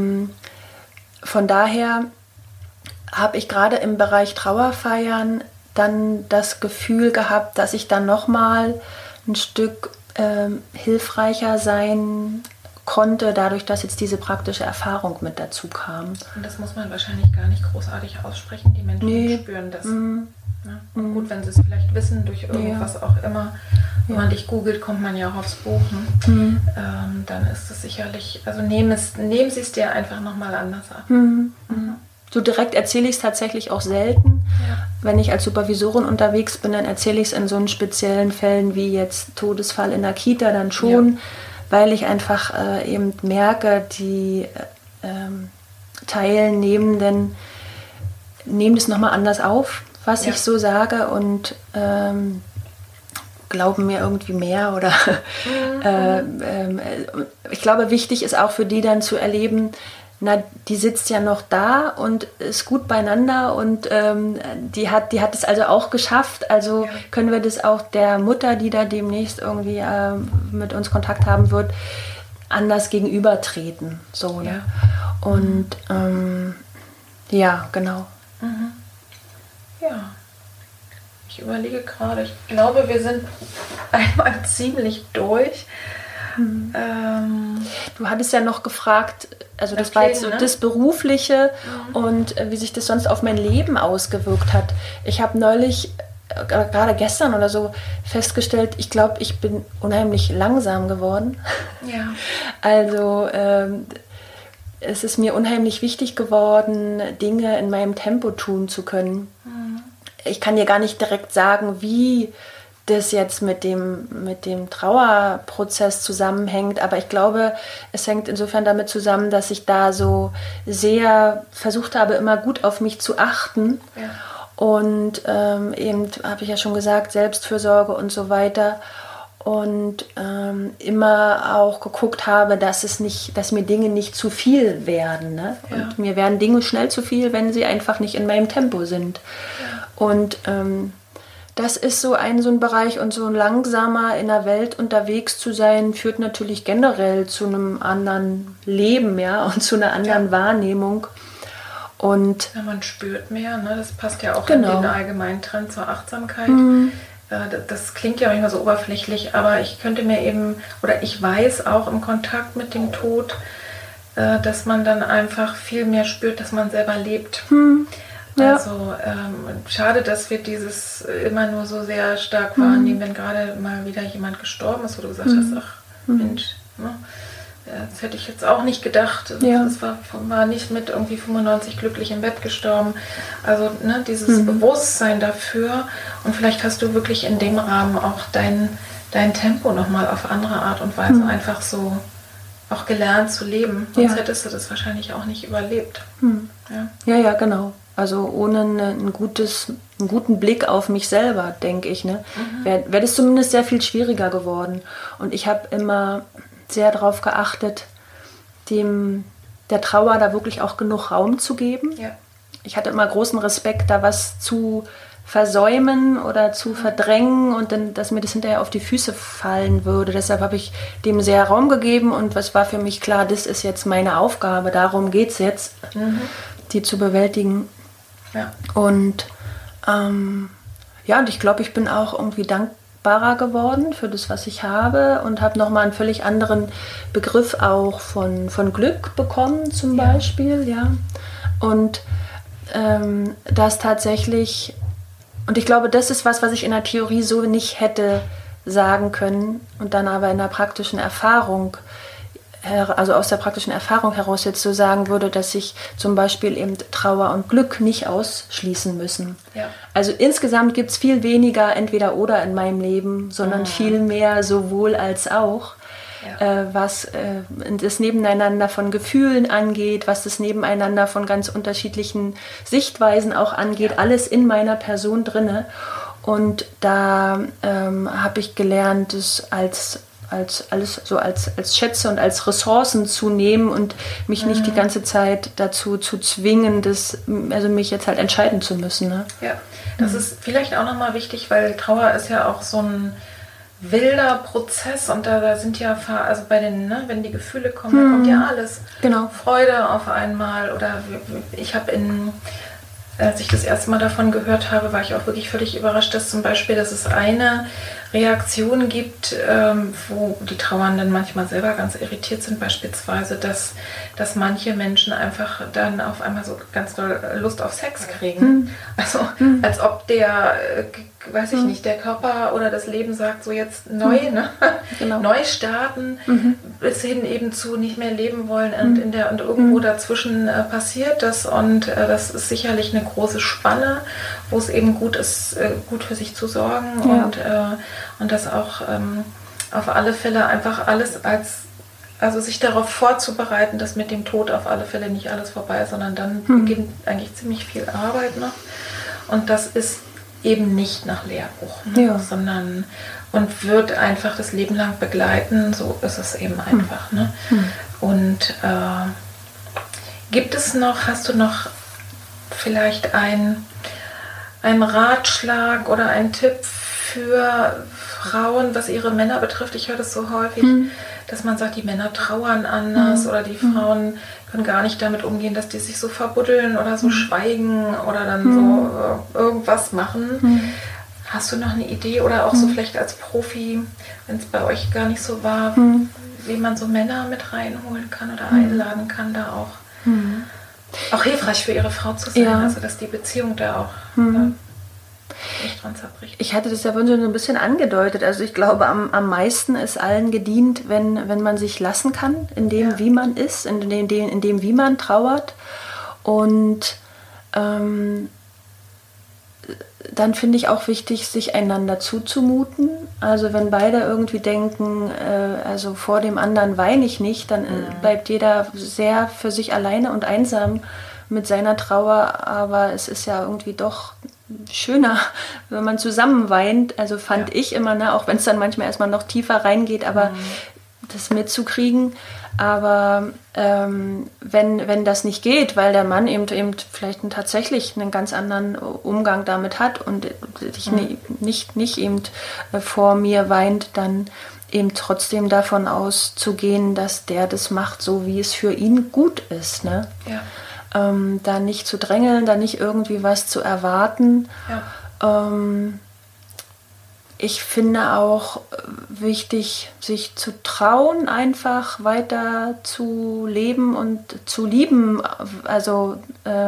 von daher habe ich gerade im Bereich Trauerfeiern dann das Gefühl gehabt, dass ich dann nochmal ein Stück hilfreicher sein konnte, dadurch, dass jetzt diese praktische Erfahrung mit dazu kam. Und das muss man wahrscheinlich gar nicht großartig aussprechen, die Menschen spüren das. Ja. Und gut, wenn sie es vielleicht wissen, durch irgendwas auch immer, wenn man dich googelt, kommt man ja auch aufs Buch, ne? Dann ist es sicherlich, also nehmen sie es dir einfach nochmal anders ab. So direkt erzähle ich es tatsächlich auch selten. Wenn ich als Supervisorin unterwegs bin, dann erzähle ich es in so einen speziellen Fällen wie jetzt Todesfall in der Kita dann schon, weil ich einfach eben merke, die Teilnehmenden nehmen das nochmal anders auf, was ich so sage und glauben mir irgendwie mehr oder ich glaube, wichtig ist auch für die dann zu erleben, na, die sitzt ja noch da und ist gut beieinander und die hat es also auch geschafft. Also können wir das auch der Mutter, die da demnächst irgendwie mit uns Kontakt haben wird, anders gegenübertreten. So, ne? Und genau. Ja. Ich überlege gerade, ich glaube, wir sind einmal ziemlich durch. Du hattest ja noch gefragt, also das war jetzt so das Berufliche und wie sich das sonst auf mein Leben ausgewirkt hat. Ich habe neulich, gerade gestern oder so, festgestellt, ich glaube, ich bin unheimlich langsam geworden. Ja. Also es ist mir unheimlich wichtig geworden, Dinge in meinem Tempo tun zu können. Ich kann dir gar nicht direkt sagen, wie das jetzt mit dem Trauerprozess zusammenhängt, aber ich glaube, es hängt insofern damit zusammen, dass ich da so sehr versucht habe, immer gut auf mich zu achten. Ja. Und eben, habe ich ja schon gesagt, Selbstfürsorge und so weiter. Und immer auch geguckt habe, dass mir Dinge nicht zu viel werden. Ne? Ja. Und mir werden Dinge schnell zu viel, wenn sie einfach nicht in meinem Tempo sind. Ja. Und das ist so ein Bereich, und so ein langsamer in der Welt unterwegs zu sein, führt natürlich generell zu einem anderen Leben, ja, und zu einer anderen Wahrnehmung. Und ja, man spürt mehr, ne? Das passt ja auch genau in den allgemeinen Trend zur Achtsamkeit. Das klingt ja manchmal so oberflächlich, aber ich könnte mir eben, oder ich weiß auch im Kontakt mit dem Tod, dass man dann einfach viel mehr spürt, dass man selber lebt. Ja. Also schade, dass wir dieses immer nur so sehr stark wahrnehmen, wenn gerade mal wieder jemand gestorben ist, wo du gesagt hast, ach Mensch, ne? Das hätte ich jetzt auch nicht gedacht. Ja. Das war nicht mit irgendwie 95 glücklich im Bett gestorben. Also ne, dieses Bewusstsein dafür, und vielleicht hast du wirklich in dem Rahmen auch dein Tempo nochmal auf andere Art und Weise einfach so auch gelernt zu leben. Sonst hättest du das wahrscheinlich auch nicht überlebt. Ja, genau. Also ohne einen guten Blick auf mich selber, denke ich, ne, wäre das zumindest sehr viel schwieriger geworden. Und ich habe immer sehr darauf geachtet, der Trauer da wirklich auch genug Raum zu geben. Ja. Ich hatte immer großen Respekt, da was zu versäumen oder zu verdrängen und dann, dass mir das hinterher auf die Füße fallen würde. Deshalb habe ich dem sehr Raum gegeben, und was war für mich klar, das ist jetzt meine Aufgabe, darum geht es jetzt, die zu bewältigen. Ja. Und und ich glaube, ich bin auch irgendwie dankbarer geworden für das, was ich habe, und habe nochmal einen völlig anderen Begriff auch von Glück bekommen zum Beispiel. Ja. Und das tatsächlich, und ich glaube, das ist was ich in der Theorie so nicht hätte sagen können und dann aber in der praktischen Erfahrung, also aus der praktischen Erfahrung heraus jetzt so sagen würde, dass sich zum Beispiel eben Trauer und Glück nicht ausschließen müssen. Ja. Also insgesamt gibt es viel weniger entweder oder in meinem Leben, sondern viel mehr sowohl als auch, was das Nebeneinander von Gefühlen angeht, was das Nebeneinander von ganz unterschiedlichen Sichtweisen auch angeht, alles in meiner Person drinne. Und da habe ich gelernt, das alles so als Schätze und als Ressourcen zu nehmen und mich nicht die ganze Zeit dazu zu zwingen, mich jetzt halt entscheiden zu müssen. Ne? Ja, das ist vielleicht auch nochmal wichtig, weil Trauer ist ja auch so ein wilder Prozess, und da sind ja, also bei den, ne, wenn die Gefühle kommen, da kommt ja alles. Genau. Freude auf einmal, oder ich habe als ich das erste Mal davon gehört habe, war ich auch wirklich völlig überrascht, dass zum Beispiel, dass es eine Reaktion gibt, wo die Trauernden manchmal selber ganz irritiert sind, beispielsweise, dass manche Menschen einfach dann auf einmal so ganz doll Lust auf Sex kriegen. Also als ob weiß ich nicht, der Körper oder das Leben sagt, so jetzt neu, ne? Genau. Neu starten, bis hin eben zu nicht mehr leben wollen, und irgendwo dazwischen passiert das, und das ist sicherlich eine große Spanne, wo es eben gut ist, gut für sich zu sorgen, und das auch auf alle Fälle einfach alles also sich darauf vorzubereiten, dass mit dem Tod auf alle Fälle nicht alles vorbei ist, sondern dann beginnt eigentlich ziemlich viel Arbeit noch, und das ist eben nicht nach Lehrbuch, ne? Sondern und wird einfach das Leben lang begleiten, so ist es eben einfach. Ne? Und hast du noch vielleicht einen Ratschlag oder einen Tipp für Frauen, was ihre Männer betrifft? Ich höre das so häufig, dass man sagt, die Männer trauern anders oder die Frauen können gar nicht damit umgehen, dass die sich so verbuddeln oder so schweigen oder dann so irgendwas machen. Hast du noch eine Idee oder auch so vielleicht als Profi, wenn es bei euch gar nicht so war, wie man so Männer mit reinholen kann oder einladen kann, da auch hilfreich für ihre Frau zu sein, also dass die Beziehung da auch nicht dran zerbricht. Ich hatte das ja vorhin schon so ein bisschen angedeutet. Also ich glaube, am meisten ist allen gedient, wenn man sich lassen kann, in dem, wie man ist, in dem, wie man trauert. Und dann finde ich auch wichtig, sich einander zuzumuten. Also wenn beide irgendwie denken, also vor dem anderen weine ich nicht, dann bleibt jeder sehr für sich alleine und einsam mit seiner Trauer. Aber es ist ja irgendwie doch schöner, wenn man zusammen weint. Also fand ich immer, ne, auch wenn es dann manchmal erstmal noch tiefer reingeht, aber das mitzukriegen. Aber wenn das nicht geht, weil der Mann eben vielleicht tatsächlich einen ganz anderen Umgang damit hat und sich nicht eben vor mir weint, dann eben trotzdem davon auszugehen, dass der das macht, so wie es für ihn gut ist. Ne? Ja. Da nicht zu drängeln, da nicht irgendwie was zu erwarten. Ja. Ich finde auch wichtig, sich zu trauen, einfach weiter zu leben und zu lieben. Also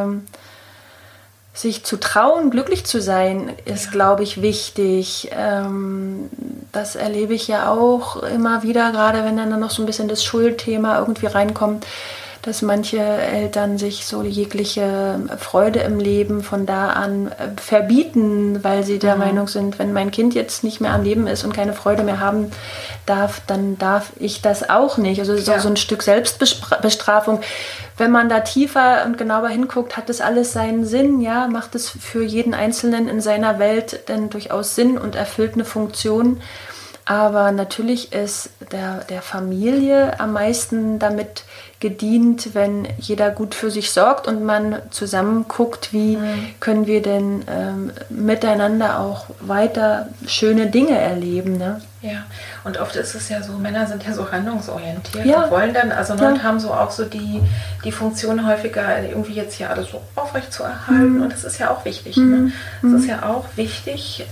sich zu trauen, glücklich zu sein, ist, glaube ich, wichtig. Das erlebe ich ja auch immer wieder, gerade wenn dann noch so ein bisschen das Schuldthema irgendwie reinkommt, dass manche Eltern sich so jegliche Freude im Leben von da an verbieten, weil sie der Meinung sind, wenn mein Kind jetzt nicht mehr am Leben ist und keine Freude mehr haben darf, dann darf ich das auch nicht. Also so ein Stück Selbstbestrafung. Wenn man da tiefer und genauer hinguckt, hat das alles seinen Sinn, ja, macht es für jeden Einzelnen in seiner Welt denn durchaus Sinn und erfüllt eine Funktion. Aber natürlich ist der Familie am meisten damit gedient, wenn jeder gut für sich sorgt und man zusammen guckt, wie können wir denn miteinander auch weiter schöne Dinge erleben. Ne? Ja, und oft ist es ja so, Männer sind ja so handlungsorientiert und wollen dann, und haben so auch so die Funktion häufiger, irgendwie jetzt hier alles so aufrecht zu erhalten. Und das ist ja auch wichtig. Ne? Das ist ja auch wichtig.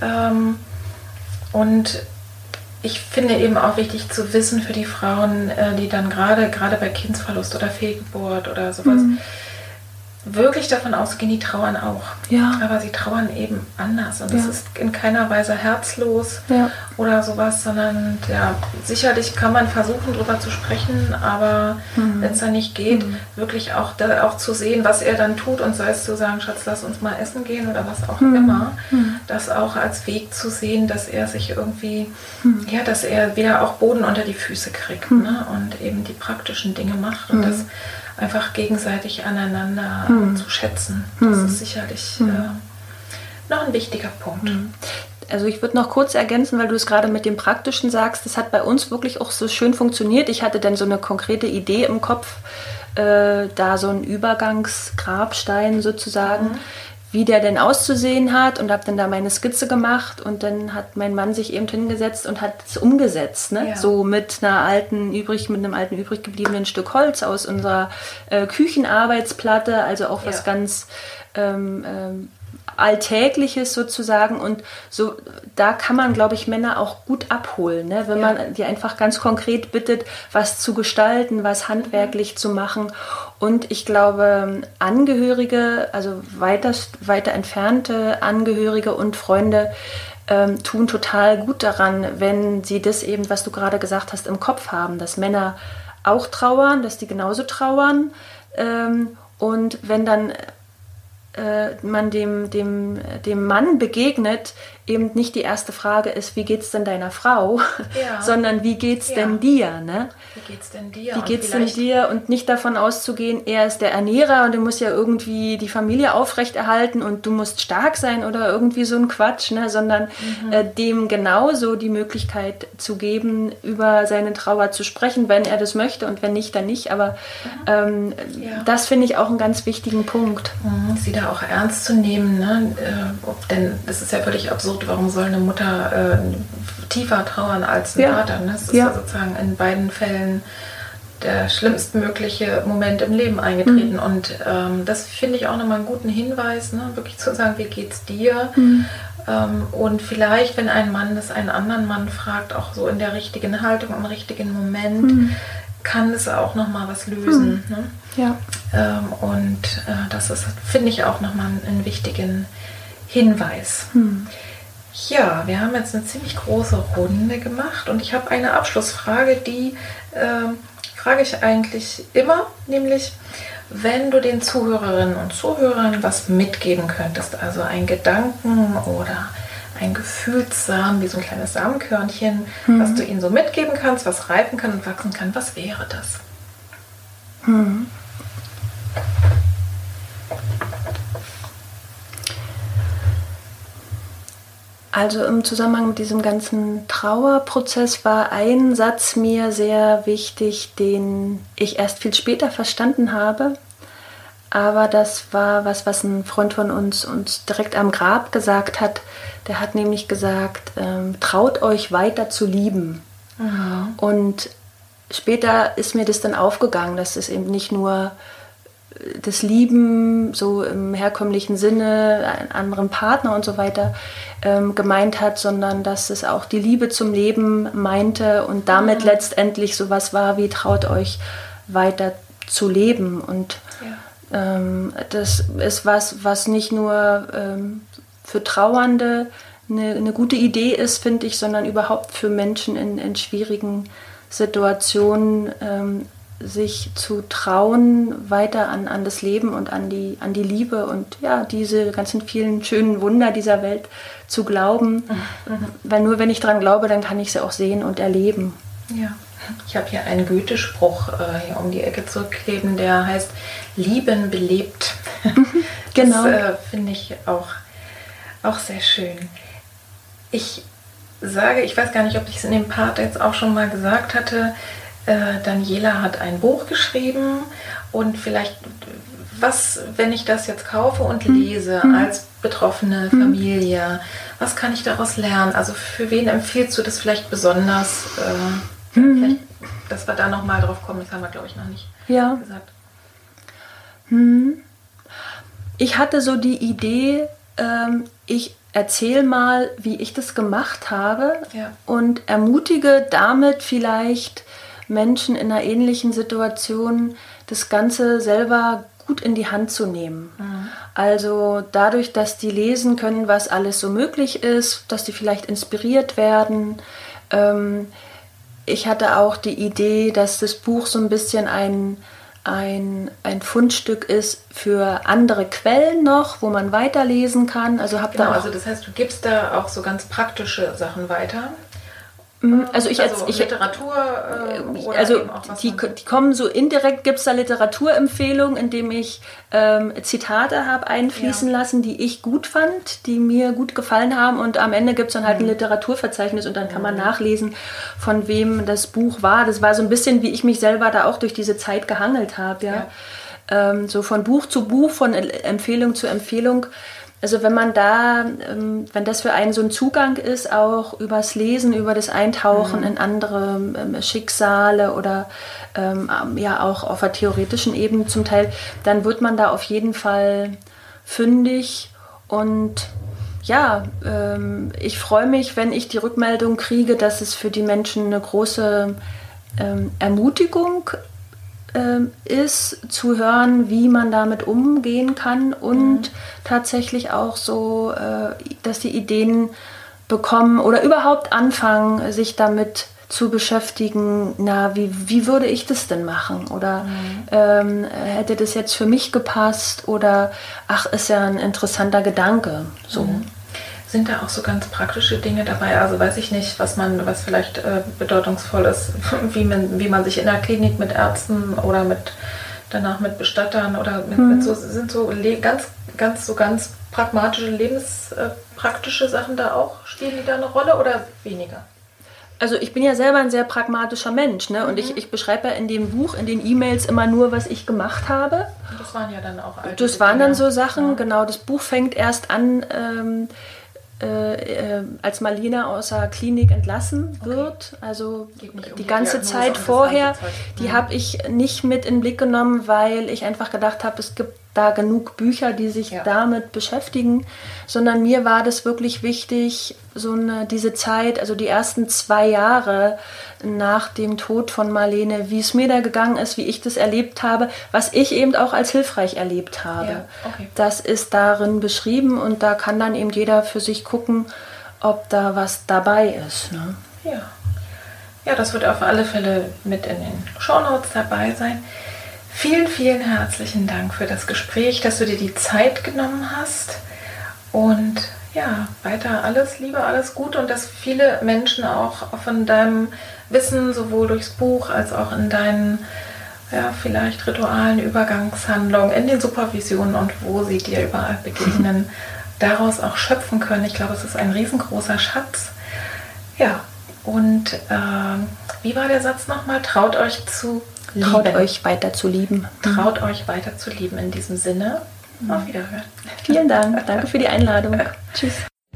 Und ich finde eben auch wichtig zu wissen für die Frauen, die dann gerade bei Kindsverlust oder Fehlgeburt oder sowas, wirklich davon ausgehen, die trauern auch. Ja. Aber sie trauern eben anders. Und das ist in keiner Weise herzlos oder sowas, sondern sicherlich kann man versuchen, drüber zu sprechen, aber wenn es dann nicht geht, wirklich auch zu sehen, was er dann tut und sei es zu sagen, Schatz, lass uns mal essen gehen oder was auch immer, das auch als Weg zu sehen, dass er sich irgendwie, dass er wieder auch Boden unter die Füße kriegt, ne? Und eben die praktischen Dinge macht und das einfach gegenseitig aneinander zu schätzen. Das ist sicherlich noch ein wichtiger Punkt. Also ich würde noch kurz ergänzen, weil du es gerade mit dem Praktischen sagst, das hat bei uns wirklich auch so schön funktioniert. Ich hatte dann so eine konkrete Idee im Kopf, da so einen Übergangsgrabstein sozusagen, wie der denn auszusehen hat und habe dann da meine Skizze gemacht und dann hat mein Mann sich eben hingesetzt und hat es umgesetzt, ne? So mit einem alten übrig gebliebenen Stück Holz aus unserer Küchenarbeitsplatte, also auch was ganz Alltägliches sozusagen und so, da kann man, glaube ich, Männer auch gut abholen, ne? Wenn man die einfach ganz konkret bittet, was zu gestalten, was handwerklich zu machen. Und ich glaube, Angehörige, also weiter entfernte Angehörige und Freunde tun total gut daran, wenn sie das eben, was du gerade gesagt hast, im Kopf haben, dass Männer auch trauern, dass die genauso trauern. Und wenn dann man dem Mann begegnet, eben nicht die erste Frage ist, wie geht's denn deiner Frau, sondern wie geht's denn dir, ne? Wie geht's denn dir? Wie geht's denn dir? Und nicht davon auszugehen, er ist der Ernährer und er muss ja irgendwie die Familie aufrechterhalten und du musst stark sein oder irgendwie so ein Quatsch, ne? Sondern dem genauso die Möglichkeit zu geben, über seine Trauer zu sprechen, wenn er das möchte und wenn nicht, dann nicht. Aber das finde ich auch einen ganz wichtigen Punkt. Sie da auch ernst zu nehmen, ne? Denn es ist ja völlig absurd, warum soll eine Mutter tiefer trauern als ein Vater? Ne? Das ist ja sozusagen in beiden Fällen der schlimmstmögliche Moment im Leben eingetreten. Und das finde ich auch nochmal einen guten Hinweis, ne? Wirklich zu sagen, wie geht's dir? Und vielleicht, wenn ein Mann das einen anderen Mann fragt, auch so in der richtigen Haltung, im richtigen Moment, kann es auch nochmal was lösen. Ne? Ja. Das ist, finde ich, auch nochmal einen wichtigen Hinweis. Ja, wir haben jetzt eine ziemlich große Runde gemacht und ich habe eine Abschlussfrage, die frage ich eigentlich immer, nämlich, wenn du den Zuhörerinnen und Zuhörern was mitgeben könntest, also ein Gedanken oder ein Gefühlssamen, wie so ein kleines Samenkörnchen, was du ihnen so mitgeben kannst, was reifen kann und wachsen kann, was wäre das? Also im Zusammenhang mit diesem ganzen Trauerprozess war ein Satz mir sehr wichtig, den ich erst viel später verstanden habe. Aber das war was ein Freund von uns direkt am Grab gesagt hat. Der hat nämlich gesagt, traut euch weiter zu lieben. Und später ist mir das dann aufgegangen, dass es eben nicht nur das Lieben so im herkömmlichen Sinne, einen anderen Partner und so weiter gemeint hat, sondern dass es auch die Liebe zum Leben meinte und damit letztendlich sowas war wie traut euch weiter zu leben. Und das ist was nicht nur für Trauernde eine gute Idee ist, finde ich, sondern überhaupt für Menschen in schwierigen Situationen sich zu trauen, weiter an das Leben und an die Liebe und ja, diese ganzen vielen schönen Wunder dieser Welt zu glauben. Weil nur wenn ich daran glaube, dann kann ich sie auch sehen und erleben. Ja, ich habe hier einen Goethe-Spruch hier um die Ecke zu kleben, der heißt, Lieben belebt. Genau. Das finde ich auch sehr schön. Ich weiß gar nicht, ob ich es in dem Part jetzt auch schon mal gesagt hatte, Daniela hat ein Buch geschrieben und vielleicht, wenn ich das jetzt kaufe und lese als betroffene Familie, was kann ich daraus lernen? Also für wen empfiehlst du das vielleicht besonders? Vielleicht, dass wir da nochmal drauf kommen, das haben wir, glaube ich, noch nicht gesagt. Ich hatte so die Idee, ich erzähle mal, wie ich das gemacht habe und ermutige damit vielleicht Menschen in einer ähnlichen Situation, das Ganze selber gut in die Hand zu nehmen. Also dadurch, dass die lesen können, was alles so möglich ist, dass die vielleicht inspiriert werden. Ich hatte auch die Idee, dass das Buch so ein bisschen ein Fundstück ist für andere Quellen noch, wo man weiterlesen kann. Also also das heißt, du gibst da auch so ganz praktische Sachen weiter. Also Literatur oder also eben auch was die kommen so indirekt, gibt es da Literaturempfehlungen, indem ich Zitate habe einfließen lassen, die ich gut fand, die mir gut gefallen haben und am Ende gibt es dann halt ein Literaturverzeichnis und dann kann man nachlesen, von wem das Buch war. Das war so ein bisschen, wie ich mich selber da auch durch diese Zeit gehangelt habe. So von Buch zu Buch, von Empfehlung zu Empfehlung. Also wenn das für einen so ein Zugang ist, auch übers Lesen, über das Eintauchen in andere Schicksale oder auch auf der theoretischen Ebene zum Teil, dann wird man da auf jeden Fall fündig. Und ja, ich freue mich, wenn ich die Rückmeldung kriege, dass es für die Menschen eine große Ermutigung ist, zu hören, wie man damit umgehen kann und tatsächlich auch so, dass die Ideen bekommen oder überhaupt anfangen, sich damit zu beschäftigen, wie würde ich das denn machen? Oder hätte das jetzt für mich gepasst? Oder ist ja ein interessanter Gedanke. So. Sind da auch so ganz praktische Dinge dabei? Also weiß ich nicht, was vielleicht bedeutungsvoll ist, wie man sich in der Klinik mit Ärzten oder danach mit Bestattern oder ganz pragmatische, lebenspraktische Sachen da auch, spielen die da eine Rolle oder weniger? Also ich bin ja selber ein sehr pragmatischer Mensch, ne? Und ich beschreibe ja in dem Buch, in den E-Mails immer nur, was ich gemacht habe. Und das waren ja dann auch alte Das waren dann so Sachen, genau. Das Buch fängt erst an, als Marlene aus der Klinik entlassen wird, also die ganze Zeit vorher, die habe ich nicht mit in den Blick genommen, weil ich einfach gedacht habe, es gibt da genug Bücher, die sich damit beschäftigen, sondern mir war das wirklich wichtig, diese Zeit, also die ersten 2 Jahre nach dem Tod von Marlene, wie es mir da gegangen ist, wie ich das erlebt habe, was ich eben auch als hilfreich erlebt habe. Ja, okay. Das ist darin beschrieben und da kann dann eben jeder für sich gucken, ob da was dabei ist. Ne? Ja. Ja, das wird auf alle Fälle mit in den Shownotes dabei sein. Vielen, vielen herzlichen Dank für das Gespräch, dass du dir die Zeit genommen hast. Und ja, weiter alles Liebe, alles Gute und dass viele Menschen auch von deinem Wissen, sowohl durchs Buch als auch in deinen vielleicht ritualen Übergangshandlungen, in den Supervisionen und wo sie dir überall begegnen, daraus auch schöpfen können. Ich glaube, es ist ein riesengroßer Schatz. Ja, und wie war der Satz nochmal? Traut euch zu lieben. Traut euch weiter zu lieben. Traut euch weiter zu lieben. In diesem Sinne, auf Wiederhören. Vielen Dank. Danke für die Einladung. Tschüss.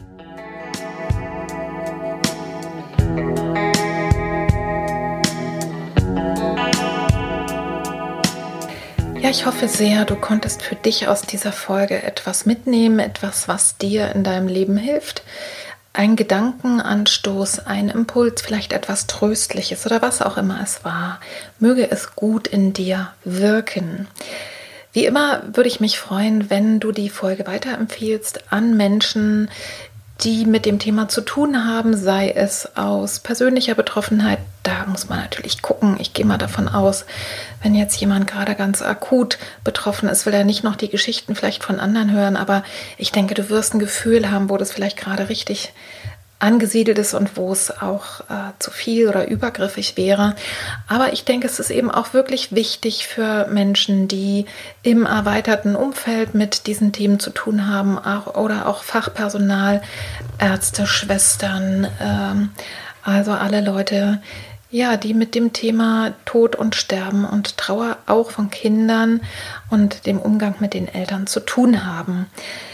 Ja, ich hoffe sehr, du konntest für dich aus dieser Folge etwas mitnehmen, etwas, was dir in deinem Leben hilft. Ein Gedankenanstoß, ein Impuls, vielleicht etwas Tröstliches oder was auch immer es war. Möge es gut in dir wirken. Wie immer würde ich mich freuen, wenn du die Folge weiterempfiehlst an Menschen, die mit dem Thema zu tun haben, sei es aus persönlicher Betroffenheit. Da muss man natürlich gucken. Ich gehe mal davon aus, wenn jetzt jemand gerade ganz akut betroffen ist, will er nicht noch die Geschichten vielleicht von anderen hören. Aber ich denke, du wirst ein Gefühl haben, wo das vielleicht gerade richtig angesiedelt ist und wo es auch zu viel oder übergriffig wäre. Aber ich denke, es ist eben auch wirklich wichtig für Menschen, die im erweiterten Umfeld mit diesen Themen zu tun haben, oder auch Fachpersonal, Ärzte, Schwestern, also alle Leute, ja, die mit dem Thema Tod und Sterben und Trauer auch von Kindern und dem Umgang mit den Eltern zu tun haben.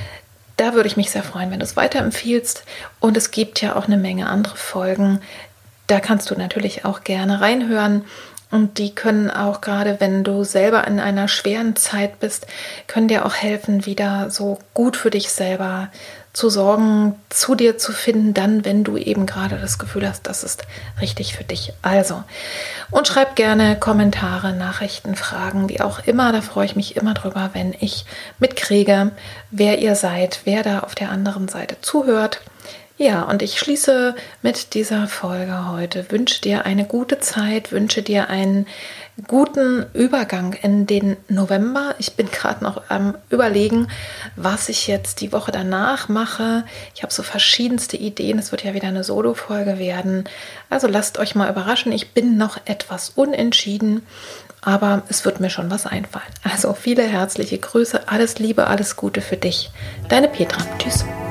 Da würde ich mich sehr freuen, wenn du es weiterempfiehlst. Und es gibt ja auch eine Menge andere Folgen. Da kannst du natürlich auch gerne reinhören. Und die können auch, gerade wenn du selber in einer schweren Zeit bist, können dir auch helfen, wieder so gut für dich selber zu sorgen, zu dir zu finden, dann, wenn du eben gerade das Gefühl hast, das ist richtig für dich. Also, und schreib gerne Kommentare, Nachrichten, Fragen, wie auch immer. Da freue ich mich immer drüber, wenn ich mitkriege, wer ihr seid, wer da auf der anderen Seite zuhört. Ja, und ich schließe mit dieser Folge heute. Wünsche dir eine gute Zeit, wünsche dir einen guten Übergang in den November. Ich bin gerade noch am Überlegen, was ich jetzt die Woche danach mache. Ich habe so verschiedenste Ideen. Es wird ja wieder eine Solo-Folge werden. Also lasst euch mal überraschen. Ich bin noch etwas unentschieden, aber es wird mir schon was einfallen. Also viele herzliche Grüße, alles Liebe, alles Gute für dich. Deine Petra. Tschüss.